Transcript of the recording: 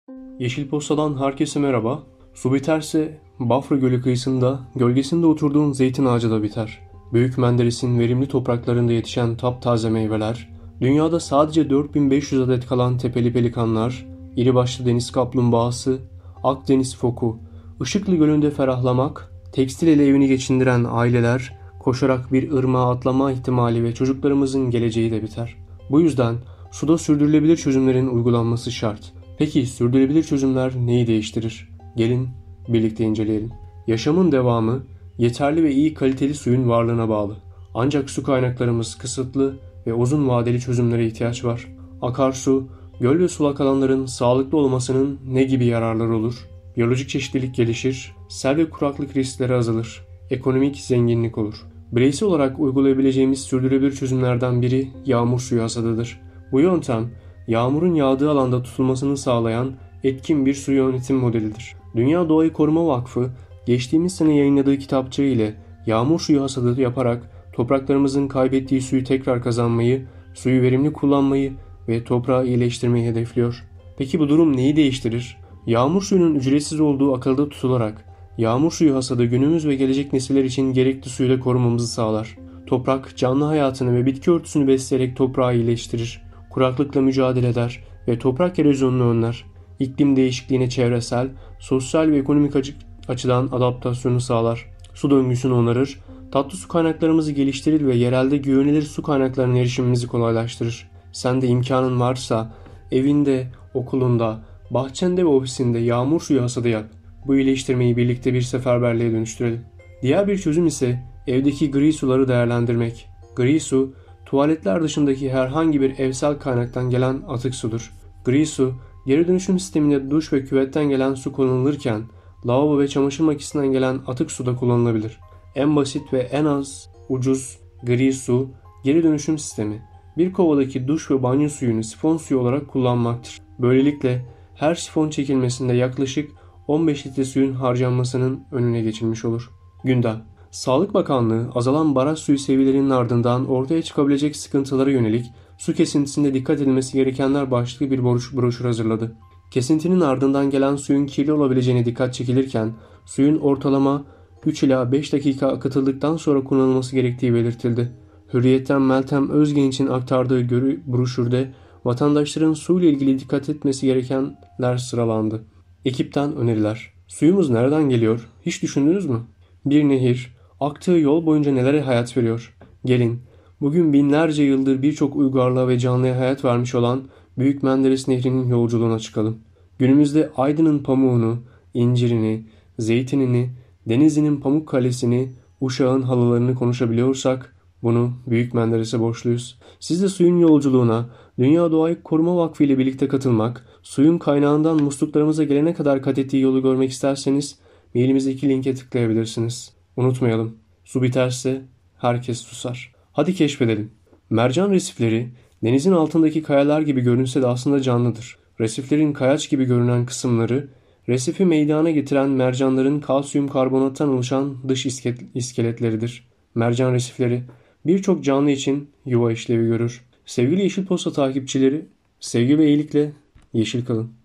Yeşil Posta'dan herkese merhaba. Su biterse Bafra Gölü kıyısında gölgesinde oturduğun zeytin ağacı da biter. Büyük Menderes'in verimli topraklarında yetişen taptaze meyveler, dünyada sadece 4500 adet kalan tepeli pelikanlar, iri başlı deniz kaplumbağası, Akdeniz foku, Işıklı Gölü'nde ferahlamak, tekstil ile evini geçindiren aileler, koşarak bir ırmağa atlama ihtimali ve çocuklarımızın geleceği de biter. Bu yüzden suda sürdürülebilir çözümlerin uygulanması şart. Peki sürdürülebilir çözümler neyi değiştirir? Gelin birlikte inceleyelim. Yaşamın devamı yeterli ve iyi kaliteli suyun varlığına bağlı. Ancak su kaynaklarımız kısıtlı ve uzun vadeli çözümlere ihtiyaç var. Akarsu, göl ve sulak alanların sağlıklı olmasının ne gibi yararları olur? Biyolojik çeşitlilik gelişir, sel ve kuraklık riskleri azalır, ekonomik zenginlik olur. Bireysel olarak uygulayabileceğimiz sürdürülebilir çözümlerden biri yağmur suyu hasadıdır. Bu yöntem, yağmurun yağdığı alanda tutulmasını sağlayan etkin bir su yönetim modelidir. Dünya Doğayı Koruma Vakfı, geçtiğimiz sene yayınladığı kitapçığı ile yağmur suyu hasadı yaparak topraklarımızın kaybettiği suyu tekrar kazanmayı, suyu verimli kullanmayı ve toprağı iyileştirmeyi hedefliyor. Peki bu durum neyi değiştirir? Yağmur suyunun ücretsiz olduğu akılda tutularak, yağmur suyu hasadı günümüz ve gelecek nesiller için gerekli suyu da korumamızı sağlar. Toprak, canlı hayatını ve bitki örtüsünü besleyerek toprağı iyileştirir. Kuraklıkla mücadele eder ve toprak erozyonunu önler. İklim değişikliğine çevresel, sosyal ve ekonomik açıdan adaptasyonu sağlar. Su döngüsünü onarır, tatlı su kaynaklarımızı geliştirir ve yerelde güvenilir su kaynaklarına erişimimizi kolaylaştırır. Sen de imkanın varsa evinde, okulunda, bahçende ve ofisinde yağmur suyu hasadı yap. Bu iyileştirmeyi birlikte bir seferberliğe dönüştürelim. Diğer bir çözüm ise evdeki gri suları değerlendirmek. Gri su, tuvaletler dışındaki herhangi bir evsel kaynaktan gelen atık sudur. Gri su, geri dönüşüm sisteminde duş ve küvetten gelen su kullanılırken, lavabo ve çamaşır makinesinden gelen atık su da kullanılabilir. En basit ve en az ucuz gri su geri dönüşüm sistemi, bir kovadaki duş ve banyo suyunu sifon suyu olarak kullanmaktır. Böylelikle her sifon çekilmesinde yaklaşık 15 litre suyun harcanmasının önüne geçilmiş olur. Gündem. Sağlık Bakanlığı azalan baraj suyu seviyelerinin ardından ortaya çıkabilecek sıkıntılara yönelik su kesintisinde dikkat edilmesi gerekenler başlıklı bir broşür hazırladı. Kesintinin ardından gelen suyun kirli olabileceğine dikkat çekilirken suyun ortalama 3 ila 5 dakika akıtıldıktan sonra kullanılması gerektiği belirtildi. Hürriyet'ten Meltem Özgenç'in aktardığı broşürde vatandaşların suyla ilgili dikkat etmesi gerekenler sıralandı. Ekipten öneriler. Suyumuz nereden geliyor? Hiç düşündünüz mü? Bir nehir, aktığı yol boyunca nelere hayat veriyor? Gelin, bugün binlerce yıldır birçok uygarlığa ve canlıya hayat vermiş olan Büyük Menderes Nehri'nin yolculuğuna çıkalım. Günümüzde Aydın'ın pamuğunu, incirini, zeytinini, Denizli'nin Pamukkale'sini, Uşak'ın halılarını konuşabiliyorsak bunu Büyük Menderes'e borçluyuz. Siz de suyun yolculuğuna Dünya Doğayı Koruma Vakfı ile birlikte katılmak, suyun kaynağından musluklarımıza gelene kadar kat ettiği yolu görmek isterseniz mailimizdeki linke tıklayabilirsiniz. Unutmayalım, su biterse herkes susar. Hadi keşfedelim. Mercan resifleri denizin altındaki kayalar gibi görünse de aslında canlıdır. Resiflerin kayaç gibi görünen kısımları, resifi meydana getiren mercanların kalsiyum karbonattan oluşan dış iskeletleridir. Mercan resifleri birçok canlı için yuva işlevi görür. Sevgili Yeşil Posta takipçileri, sevgi ve iyilikle yeşil kalın.